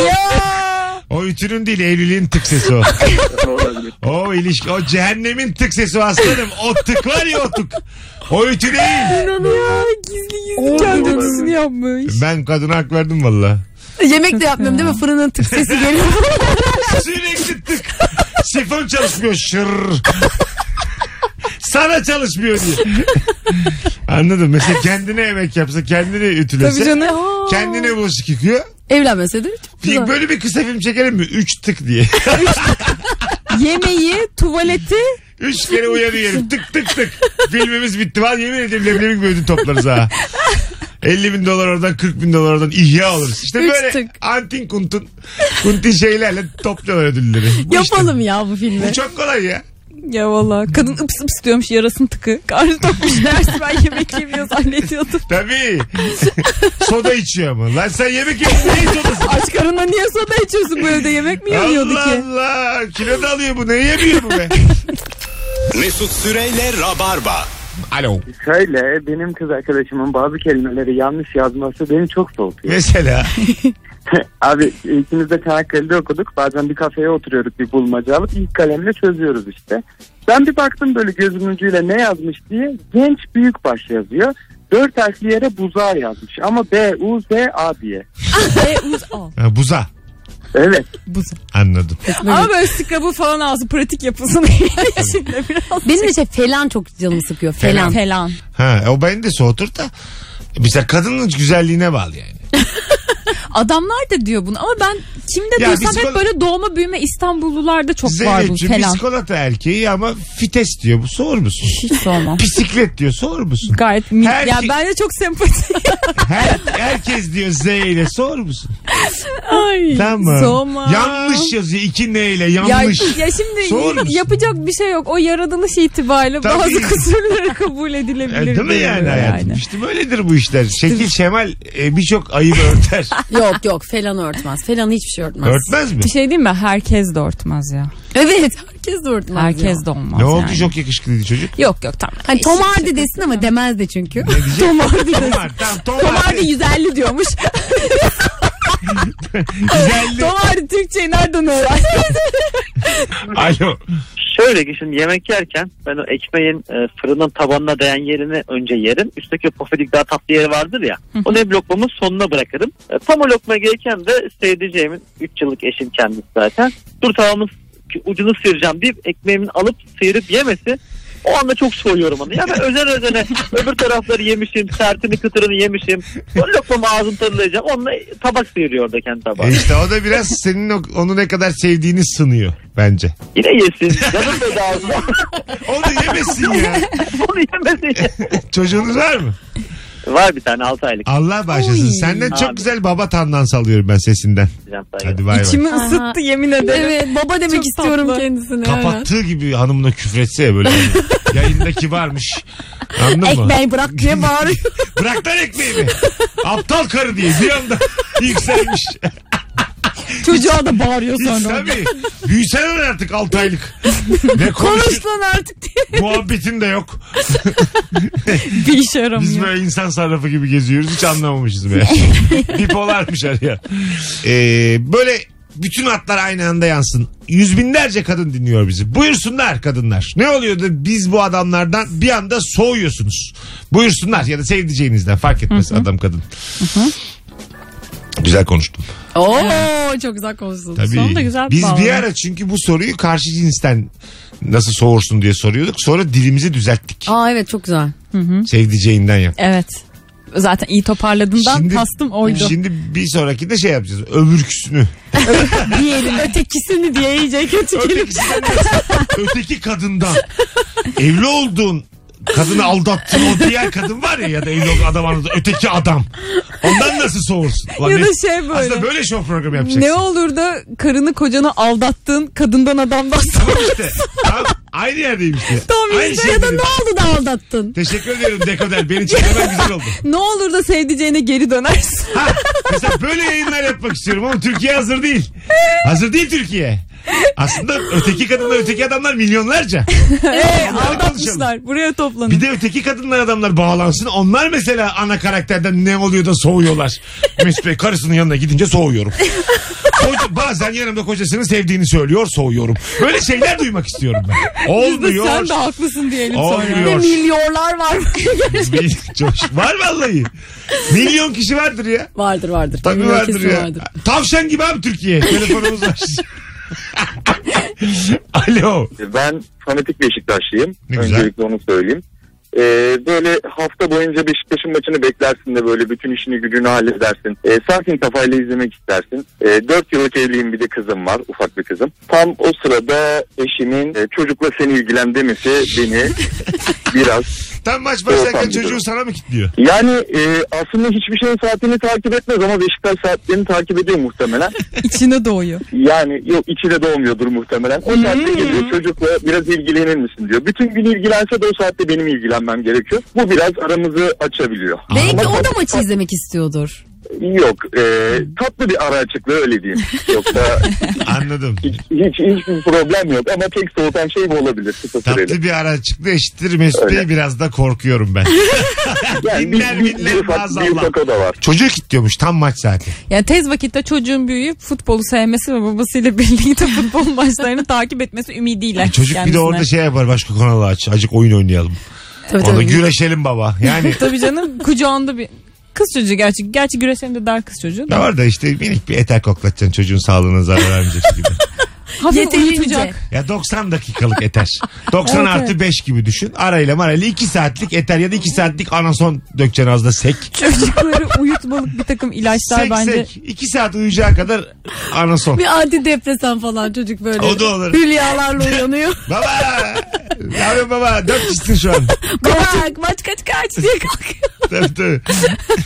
Ya. O ütünün değil evliliğin tık sesi o. Olabilir. O ilişki o cehennemin tık sesi o aslanım. O tık var ya o tık. O ütü değil. Ya gizli gizli kendi ütüsünü yapmış. Ben kadına hak verdim valla. Yemek de yapmıyorum değil mi? Fırının tık sesi geliyor. Sürekli tık. Sifon çalışmıyor. Şırr. Sana çalışmıyor diye. Anladım. Mesela kendine yemek yapsa, kendine ütülese. Tabii canım. Kendine bulaşık yıkıyor. Evlenmese de çok Bir, güzel. böyle bir kısa film çekelim mi? Üç tık diye. Yemeği, tuvaleti. Üç kere uyanıyor herif. Tık tık tık. Filmimiz bitti. Var yemin ederim leblebi bir ödül toplarız ha. elli bin dolar oradan, kırk bin dolar oradan ihya oluruz. İşte Üç böyle tık. antin kuntun kuntin şeylerle topluyorlar ödülleri. Bu Yapalım işte. ya bu filmi. Bu çok kolay ya. Ya valla kadın ıps ıps diyormuş yarasın tıkı. Karnı tokmuş dersi ben yemek yemiyor zannediyordum. Tabii. Soda içiyor ama. Lan sen yemek yiyorsun. Neyin sodası? Aç karınla niye soda içiyorsun bu evde yemek mi yemiyordu Allah ki? Allah. Kilo da alıyor bu. Ne yemiyor bu be? Mesut Süreyle Rabarba. Alo. Şöyle benim kız arkadaşımın bazı kelimeleri yanlış yazması beni çok soğutuyor. Mesela. Abi ikimiz de Çanakkale'de okuduk. Bazen bir kafeye oturuyorduk, bir bulmaca alıp ilk kalemle çözüyoruz işte. Ben bir baktım böyle gözümün ucuyla ne yazmış diye. Genç büyükbaş yazıyor. Dört harfli yere buzağı yazmış ama B U Z A diye. E, uz, o. Ha, buza. Evet. Anladım. Ama böyle Scrabble falan ağzı pratik yapılsın. Şimdi biraz. Benim de şey falan çok canımı sıkıyor. Falan. Falan. Ha, o beni de soğutur da. Mesela kadının güzelliğine bağlı yani. Adamlar da diyor bunu ama ben kimde Ya duysam biz hep kol- böyle doğma büyüme İstanbullularda çok var bu Zeynep'ciğim falan. biskolata erkeği ama fites diyor. Bu soğur musun? Hiç sormam. Bisiklet diyor. Soğur musun? Gayet mi? Her Ya ki- bence çok sempati. Her, herkes diyor Z ile. Soğur musun? Ay. Tamam. Soğuma. Yanlış yanlış yazıyor. İki ne ile yanlış. Ya, ya şimdi Soğur musun? yapacak bir şey yok. O yaratılış itibariyle Tabii. bazı kusurları kabul edilebilir. E, değil mi yani diyor hayatım? yani. İşte böyledir bu işler. Şekil şemal e, birçok ayıbı örter. Yok yok falan örtmez. Falan hiçbir şey örtmez. Örtmez mi? Bir şey diyeyim mi? Herkes de örtmez ya. Evet herkes de örtmez. Herkes ya. de olmaz Ne oldu yani. çok yakışıklıydı çocuk. Yok yok tamam. Hani Tom Hardy desin ama demez de çünkü. Ne diyecek? Tom Hardy Tom desin. Hardy. Tamam Tom Tom Hardy Hardy. yüz elli diyormuş. Güzeldi. Tom Hardy Türkçeyi nereden öğrendi? Alo. Şöyle ki şimdi yemek yerken ben o ekmeğin e, fırının tabanına değen yerini önce yerim. Üstteki o pofidik daha tatlı yeri vardır ya. Onu hep lokmamın sonuna bırakırım. E, tam o lokmaya gelirken de sevdiceğimin üç yıllık eşim kendisi zaten. Dur tamamın ucunu sıyıracağım deyip ekmeğimin alıp sıyırıp yemesi. O anda çok soğuyorum onu. Ya ben özen özene öbür tarafları yemişim, sertini kıtırını yemişim. O lokmamı ağzım tadılacağım. Onunla tabak sıyırıyor orada kendi tabağı. E işte o da biraz senin o- onu ne kadar sevdiğini sınıyor bence. Yine yesin. Canım böyle ağzıma. Onu yemesin ya. Onu yemesin. Çocuğunuz var mı? Var bir tane altı aylık. Allah bağışlasın. Oy. Senden çok Abi. güzel baba tandan alıyorum ben sesinden. Hadi bay bay. İçimi ısıttı yemin ederim. Evet baba demek Çok istiyorum tatlı. kendisine. Kapattığı gibi hanımına küfretse ya böyle. Yayındaki varmış. Anladın mı? Ekmeği bırak diye bağırıyor. Bırak lan ekmeğimi. Aptal karı diye bir anda yükselmiş. Çocuğa da bağırıyor Hiç sonra. tabii. Büyüsene lan artık altı aylık. Ne konuş? Konuş lan artık diye. Muhabbetin de yok. Bir işe yaramıyor. Biz böyle insan sarrafı gibi geziyoruz. Hiç anlamamışız be. Bipolarmış araya. Ee, böyle bütün hatlar aynı anda yansın. Yüz binlerce kadın dinliyor bizi. Buyursunlar kadınlar. Ne oluyor da biz bu adamlardan bir anda soğuyorsunuz. Buyursunlar ya da sevdiceğinizden fark etmez adam kadın. Güzel konuştum. Oo çok güzel konuştun. Tabii. Sonunda güzel Biz bağladın. bir ara çünkü bu soruyu karşı cinsten nasıl soğursun diye soruyorduk. Sonra dilimizi düzelttik. Aa evet çok güzel. Sevdiceğinden yap. Evet. Zaten iyi toparladığından Şimdi- kastım oydu. Şimdi bir sonraki de şey yapacağız. Öbürküsünü. Diğerini ötekisini diye iyice kötü kelime. Ötekisinden de- öteki kadından. Evli olduğun kadını aldattın o diğer kadın var ya ya da evli olduğun adam anladı. Öteki adam. Ondan nasıl soğursun? Ulan Ya ne- da şey böyle. Aslında böyle şov programı yapacaksın. Ne olur da karını kocanı aldattın kadından adamdan sonra. Tamam işte. Tamam, aynı yerdeyim işte. Tamam Aynı işte. şey Ya da dedim. ne oldu da aldattın? Teşekkür ediyorum Dekoder. Beni çekmemen güzel oldu. Ne olur da sevdiceğine geri dönersin. Ha, mesela böyle yayınlar yapmak istiyorum ama Türkiye hazır değil. Hazır değil Türkiye. Aslında öteki kadınlar öteki adamlar milyonlarca. Ee, Bunları aldatmışlar. Buraya toplanın. Bir de öteki kadınlar adamlar bağlansın. Onlar mesela ana karakterden ne oluyor da soğuyorlar. Mesut Bey karısının yanına gidince soğuyorum. Koca- bazen yanımda kocasının sevdiğini söylüyor soğuyorum. Böyle şeyler duymak istiyorum ben. Biz de Olmuyor. sen de haklısın diyelim sonra. Olmuyor. Milyonlar var. Bir- çok- var vallahi. Milyon kişi vardır ya. vardır vardır. Tabii Milyon vardır kesin ya. vardır. Tavşan gibi abi Türkiye. Telefonumuz var. Alo. Ben fanatik Beşiktaşlıyım. Ne güzel. Öncelikle onu söyleyeyim. Ee, böyle hafta boyunca Beşiktaş'ın maçını beklersin de böyle bütün işini gücünü halledersin. Ee, sakin kafayla izlemek istersin. Ee, dört yıllık evliyim, bir de kızım var, ufak bir kızım. Tam o sırada eşimin e, çocukla seni ilgilen demesi beni biraz... Tam maç başlarken Doğru, çocuğu doğru. sana mı kilitliyor? Yani e, aslında hiçbir şeyin saatini takip etmez ama Beşiktaş saatlerini takip ediyor muhtemelen. İçine doğuyor. Yani yok içine doğmuyordur muhtemelen. O saatte geliyor çocukla biraz ilgilenir misin diyor. Bütün gün ilgilense de o saatte benim ilgilenmem gerekiyor. Bu biraz aramızı açabiliyor. Belki Ama o da tat- maçı izlemek istiyordur. Yok. E, tatlı bir ara açıklığı öyle diyeyim. Yoksa Anladım. hiç, hiç hiçbir problem yok ama tek soğutan şey bu olabilir kısa süreli. Tatlı bir ara çıktı eşittir Mesut Öyle. Bey biraz da korkuyorum ben. Yani bir, Dinler bir, bir, dinler ufak, bir maazallah. ufak o da var. Çocuğu kilitliyormuş tam maç saati. Yani tez vakitte çocuğun büyüyüp futbolu sevmesi ve babasıyla birlikte futbol maçlarını takip etmesi ümidiyle. Çocuk bir de kendisine. orada şey yapar başka kanalı aç. Acık oyun oynayalım. Tabii Orada tabii. güreşelim baba. Yani Tabii canım kucağında bir kız çocuğu gerçi. Gerçi güreşenin de dar kız çocuğu ya da. orada işte minik bir eter koklatacaksın çocuğun sağlığına zarar vermeyecek gibi. Hafif Yeterince. uyutacak. Ya doksan dakikalık eter. doksan Evet, artı evet. beş gibi düşün. Arayla marayla iki saatlik eter ya da iki saatlik anason dökeceksin ağzına sek. Çocukları uyutmalık bir takım ilaçlar Sek bence. sek. iki saat uyuyacağı kadar anason. Bir antidepresan falan çocuk böyle. O da olur. Hülyalarla uyanıyor. Baba. Ne yapıyorsun baba? Dört kişisin şu an. Bak maç kaç kaç diye kalkıyor. Tabii tabii.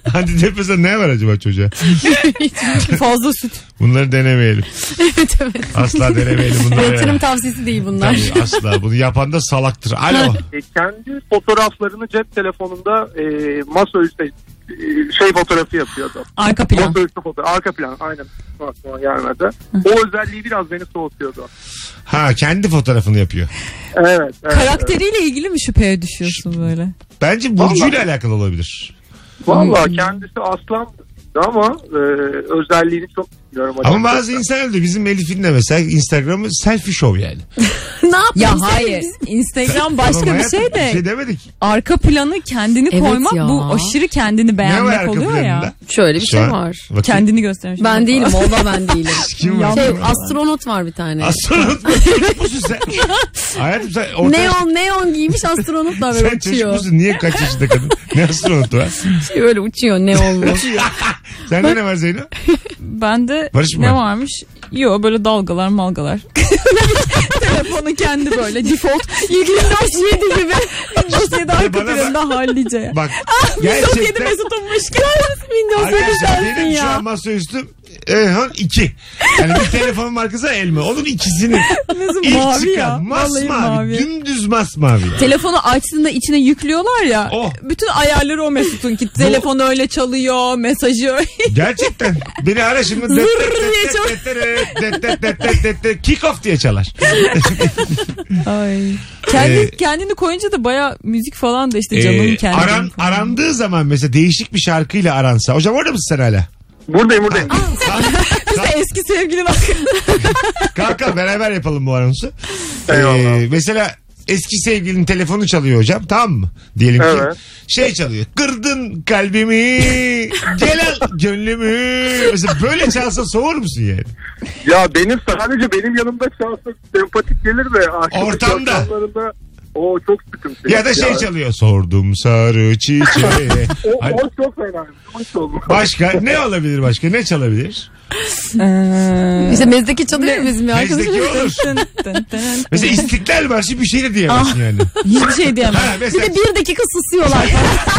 Antidepresan ne var acaba çocuğa? Fazla süt. Bunları denemeyelim. Evet evet. Asla denemeyelim bunları. Yatırım tavsiyesi değil bunlar. Tabii, asla. Bunu yapan da salaktır. Alo. E, kendi fotoğraflarını cep telefonunda e, masaüstü e, şey fotoğrafı yapıyordu. Arka plan. Masaüstü fotoğrafı. Arka plan aynen. Aklıma gelmedi. O özelliği biraz beni soğutuyordu. Ha, kendi fotoğrafını yapıyor. Evet. evet Karakteriyle ilgili mi şüpheye düşüyorsun böyle? Bence burcuyla alakalı olabilir. Valla kendisi aslan ama e, özelliğini çok bilmiyorum. Ama bazı insanlar da bizim Elif'in de mesela Instagram'ı selfie show yani. Ne yapayım? Ya Sen hayır. biz- Instagram başka Tamam bir hayatım, şey de. Bir şey demedik. Arka planı kendini Evet koymak ya. bu aşırı kendini Ne var beğenmek arka oluyor planında? ya. Şöyle bir Şu şey an- var. Bakayım. Kendini göstermiş. Ben değilim. Valla ben değilim. Kim var? Şey, Kim var? astronot var bir tane. Astronot mu? Çocuk musun sen? Hayatım sen orta Neon neon giymiş astronotlar Sen böyle çocuk uçuyor. musun? Niye kaç yaşında kadın? Ne astronotu var? Şey böyle uçuyor neonlu. Sende ne var Zeyno? Bende Barış mı ne var? varmış? Yo böyle dalgalar malgalar. Telefonu kendi böyle default Windows yedi gibi. Windows yedi arka Bana bak. planında hallice. Bak Windows yedi gerçekten Mesut'unmuş. Windows arkadaşlar yedi benim şu ya. an masaüstüm Elhan iki. Yani bir telefonun markası Elma. Onun ikisinin Nasıl ilk mavi çıkan ya. Vallahi masmavi. mavi. Dümdüz masmavi. Telefonu açtığında içine yüklüyorlar ya. Oh. Bütün ayarları o Mesut'un ki. Telefon öyle çalıyor, mesajı öyle. Gerçekten. Beni ara şimdi. Zırr diye Kick off diye çalar. Ay. Kendi, Ee, kendini koyunca da baya müzik falan da işte canım Ee, kendi. aran, arandığı zaman mesela değişik bir şarkıyla aransa. Hocam orada mısın sen hala? Buradayım buradayım. İşte eski sevgilin Kalk kalk beraber yapalım bu anonsu. Eyvallah. Ee, mesela eski sevgilinin telefonu çalıyor hocam, tamam mı? Diyelim ki Evet. şey çalıyor. Kırdın kalbimi, gel al gönlümü. Mesela böyle çalsa soğur musun yani? Ya benim sadece benim yanımda çalsa sempatik gelir de arkadaş Ortamda. ortamlarında o çok sıkıntı. Ya da şey çalıyor. Sordum sarı çiçeğe. O, Hani o çok fena. Hiç olmaz. başka ne olabilir başka? Ne çalabilir? Ee, İşte mezdeki çalıyor mu bizim ya Mezdeki arkadaşım? olur. Mesela İstiklal Marşı bir şey de diyemezsin yani. Hiçbir şey diyemem. Ha, Bir mesela de bir dakika susuyorlar.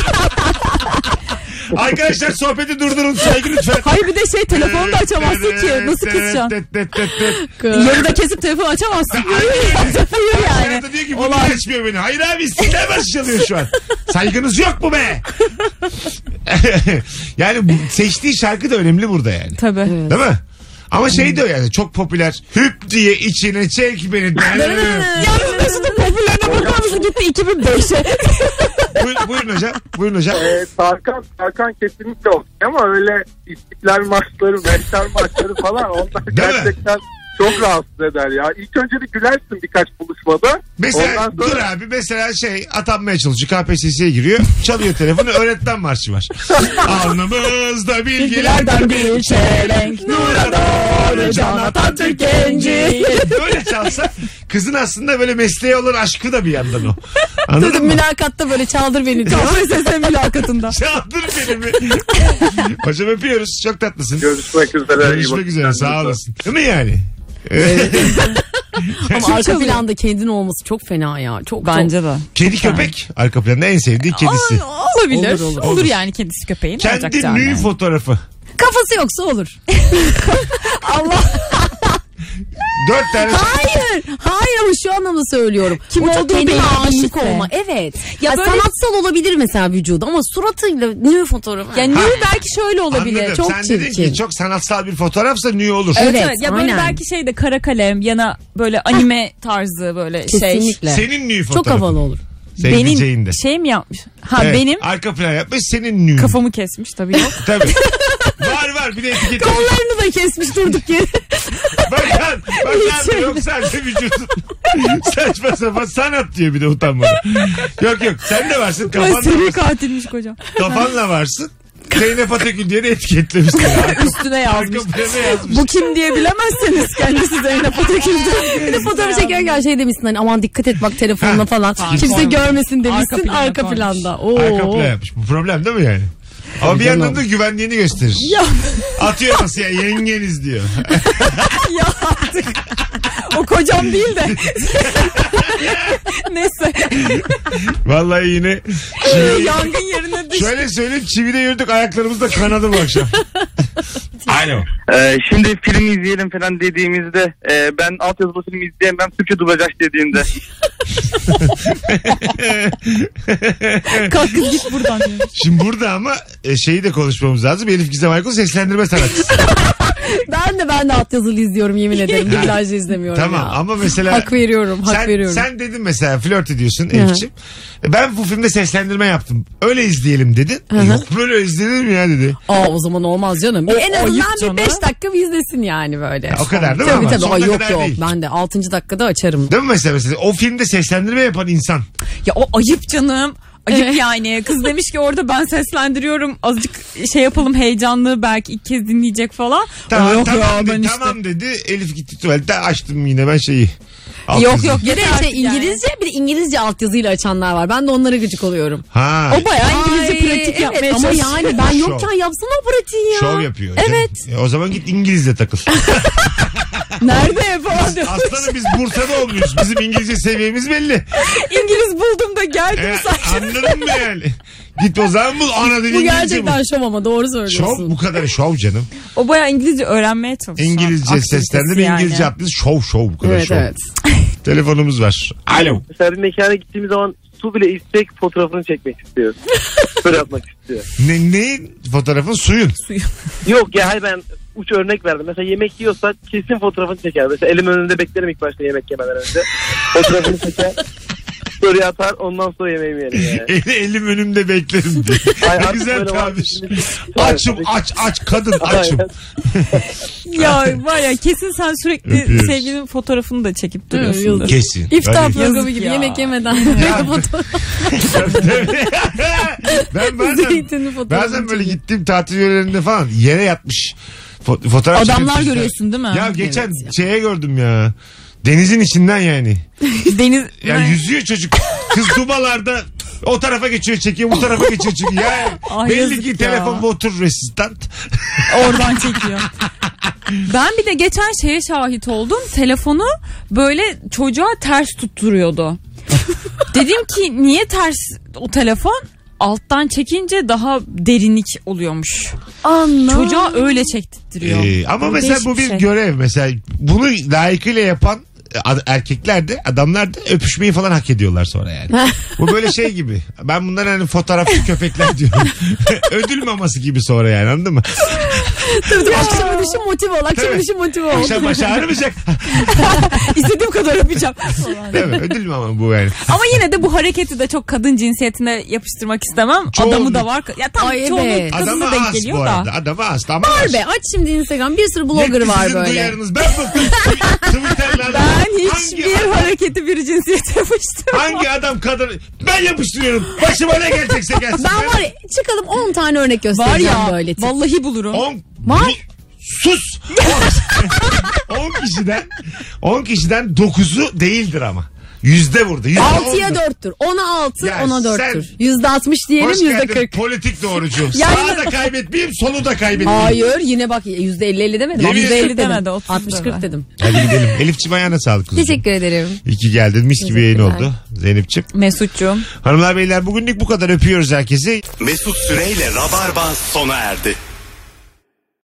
arkadaşlar sohbeti durdurun, saygı lütfen. Hayır bir de şey telefonu da açamazsın ki. Nasıl kısacaksın? Yarıda kesip telefonu açamazsın. Hayır yani. Hayata diyor ki bu niye açmıyor beni? Hayır abi İstiklal Marşı çalıyor şu an. Saygınız yok mu be? Yani bu seçtiği şarkı da önemli burada yani. Tabii. Değil mi? Ama şey diyor yani çok popüler. Hüp diye içine çek beni. Yalnız Mesut'un popülerine bakar mısın? Gitti iki bin beşe. Buyur, buyurun hocam. Buyurun hocam. Ee, Tarkan, Tarkan kesinlikle okey ama öyle istiklal maçları, meşter maçları falan onlar Değil mi? gerçekten çok rahatsız eder ya. İlk önce bir gülersin birkaç buluşmada. Mesela Ondan sonra- dur abi mesela şey atanmaya çalışıyor K P S S'ye giriyor çalıyor telefonu öğretmen marşı var. Alnımızda bilgilerden bir çelenk nura doğru can atan Türk genci. Böyle çalsa kızın aslında böyle mesleğe olan aşkı da bir yandan o. Anladın Dedim mı? mülakatta böyle çaldır beni diyor. K P S S mülakatında. Çaldır beni mi? Hocam öpüyoruz çok tatlısın. Görüşmek üzere. iyi Görüşmek bakın üzere kendinize. sağ olasın. Değil mi yani? Ama arka planda kendin olması çok fena ya. Çok Bence de. Kedi köpek arka planda en sevdiği kedisi. Aa, olabilir. Olur, Olur, olur. yani kedisi köpeğin. olacak Kendi canım nü yani. fotoğrafı. çok. Kafası yoksa olur. Allah. Dört tane Hayır. Hayır ama şu anlamda söylüyorum. Kim O çok olduğu kendine belli aşık değilse. olma. Evet. Ya Ya böyle- sanatsal olabilir mesela vücudu ama suratıyla nü fotoğrafı. Yani Ha. nü belki şöyle olabilir. Anladım. Çok Sen dedin çirkin. ki çok sanatsal bir fotoğrafsa nü olur. Evet, Evet, evet. Ya böyle aynen. belki şey de kara kalem yana böyle anime tarzı böyle şey. Kesinlikle. Senin nü fotoğrafı. Çok havalı olur. Sevdiceğin de. Benim şey mi yapmış? Ha Evet, benim arka plan yapmış senin nü. kafamı kesmiş tabii yok. Tabii. var var bir de etiket. Kollarını da kesmiş durduk yere. Bakan. Bakan yok sadece vücudun. Saçma sapan sanat diyor bir de utanmadan. yok yok sen de varsın Ay, kafanla seri varsın. katilmiş kocam. Kafanla varsın. Zeynep Atakül diye de etiketlemiş seni. Arka, Üstüne yazmış. arka plana yazmış. Bu kim diye bilemezseniz kendisi Zeynep Atakül'dü. Bir de fotoğraf çekerken şey demişsin hani aman dikkat et bak telefonuna Ha. falan. Falan. Kimse Koymuş. görmesin demişsin Arka arka, plana koymuş. planda. Oo. Arka plan yapmış. Bu problem değil mi yani? Ama bir yandan da güvenliğini gösterir. Ya. Atıyor masaya yengeniz diyor. Ya artık. O kocam değil de. Neyse. Vallahi yine. Çivi... Yangın yerine düştü. Şöyle söyleyeyim, çivide yürüdük, ayaklarımız da kanadı bu akşam. Alo. Ee, şimdi film izleyelim falan dediğimizde e, ben altyazılı film izleyemem, Türkçe dublaj aç dediğinde. Kalk kız git buradan. Yani. Şimdi burada ama e, şeyi de konuşmamız lazım. Elif Gizem Aykul seslendirme sanatçısı. Ben de ben de altyazılı izliyorum yemin ederim. Dublajlı izlemiyorum Tamam ya. ama mesela. Hak veriyorum hak sen, veriyorum. Sen dedin mesela flört ediyorsun Elif'ciğim. Ben bu filmde seslendirme yaptım. Öyle izleyelim dedin. Hı hı. Yok böyle izlenir mi ya dedi. Aa o zaman olmaz canım. O, en azından canım. bir beş dakika bir izlesin yani böyle. Ya, o kadar değil mi tabii, ama? Tabii Sonuna tabii. Yok kadar yok değil. ben de altıncı dakikada açarım. Değil mi mesela, mesela o filmde seslendirme yapan insan. Ya o ayıp canım. Ayıp Evet. yani. Kız demiş ki orada ben seslendiriyorum. Azıcık şey yapalım, heyecanlı, belki ilk kez dinleyecek falan. Tamam, Yok tamam, ya, dedi, ben işte. tamam dedi. Elif gitti tuvalete, açtım yine ben şeyi. Alt Yok yazıyı. yok Bir de yeter şey artık yani. İngilizce bir de İngilizce altyazıyla açanlar var. Ben de onlara gıcık oluyorum. Ha. O bayağı İngilizce Ay, pratik evet, yapmaya ama çalışıyor. yani ben Şov. yokken yapsana o pratiği ya. Şov yapıyor. Evet. Canım. E, o zaman git İngilizce takıl. Nerede falan diyor. Aslanım biz Bursa'da olmuyoruz. Bizim İngilizce seviyemiz belli. İngiliz buldum da geldim E, sadece. anladın mı yani? Git o zaman bul ana dili Bu İngilizce gerçekten bul. şov ama doğru söylüyorsun. Şov bu kadar şov canım. O bayağı İngilizce öğrenmeye çalışıyor. İngilizce Aktivitesi seslendirme, yani. İngilizce yaptınız. Şov şov bu kadar Evet şov. evet. Telefonumuz var. Alo. Mesela bir mekana gittiğimiz zaman su bile içsek fotoğrafını çekmek istiyor. Böyle yapmak istiyor. Ne, neyin fotoğrafın? Suyun. Yok ya hayır ben uç örnek verdim. Mesela yemek yiyorsak kesin fotoğrafını çeker. Mesela elim önünde beklerim ilk başta yemek yemeden önce. Fotoğrafını çeker. Story atar ondan sonra yemeğimi yerim yani. Elim önümde beklerim diye. Ay, Ne artık güzel böyle var. tabir. Açım aç aç kadın açım. Ya var ya kesin sen sürekli Öpüyoruz. sevgilinin fotoğrafını da çekip duruyorsun. Kesin. İftar Öyle. programı Yazık gibi ya. yemek yemeden. ben bazen, Zeytinli fotoğrafını bazen böyle çekeyim. gittiğim tatil yörelerinde falan yere yatmış fo- fotoğraf Adamlar çekmişler. görüyorsun değil mi? Ya geçen Evet ya. şeye gördüm ya. Denizin içinden yani. Deniz Yani yüzüyor çocuk. Kız dubalarda o tarafa geçiyor çekiyor, bu tarafa geçiyor çekiyor. Ya Ay, belli yazık ki ya. telefon water resistant. oradan çekiyor. Ben bir de geçen şeye şahit oldum. Telefonu böyle çocuğa ters tutturuyordu. Dedim ki niye ters o telefon? Alttan çekince daha derinlik oluyormuş. Anla. Çocuğa öyle çektirtiyor. Ee, ama Bu mesela değişik bu bir şey. görev. Mesela bunu layıkıyla yapan ad- erkekler de adamlar da öpüşmeyi falan hak ediyorlar sonra yani. Bu böyle şey gibi. Ben bundan hani fotoğrafçı köpekler diyorum. Ödül maması gibi sonra yani, anladın mı? Tabii, akşam dışı motive ol. Akşam Tabii. dışı motive ol. Akşam başı ağrımayacak. İstediğim kadar öpeceğim. Değil mi? Ödül mama bu yani. Ama yine de bu hareketi de çok kadın cinsiyetine yapıştırmak istemem. Çoğunluk. Adamı da var. Ya tam Ay, çoğunluk evet. kadına Adama denk az geliyor bu da. arada. Adama az. Ama Var az. be aç şimdi Instagram bir sürü blogger Yetti var sizin böyle. duyarınız. Ben bıktım. Twitter'larda. Ben Hangi hiçbir adam- hareketi bir cinsiyete yapıştırmam. Hangi adam kadın ben yapıştırıyorum. Başıma ne gelecekse gelsin. Ben var ya çıkalım on tane örnek Var göstereceğim ya böyle. tip. vallahi bulurum. On, Var. Sus. on kişiden on kişiden dokuzu değildir ama. Yüzde vurdu. Yüzde altıya ondur. dörttür. Ona altı, Ya ona sen- dörttür. Yüzde altmış diyelim, Hoş yüzde geldin kırk. politik doğrucu. Yani- Sağı da kaybetmeyeyim, solu da kaybetmeyeyim. Hayır yine bak yüzde elli elli demedim. Yemin Yüzde ederim. elli dedim. demedi, otuz altmış dedi. kırk dedim. Hadi gidelim. Elif'ciğim ayağına sağlık kuzum. Teşekkür ederim. İyi ki geldin. Mis gibi yayın Teşekkürler. oldu Zeynep'ciğim. Mesut'cuğum. Hanımlar beyler bugünlük bu kadar, öpüyoruz herkesi. Mesut Süreyle Rabarba sona erdi.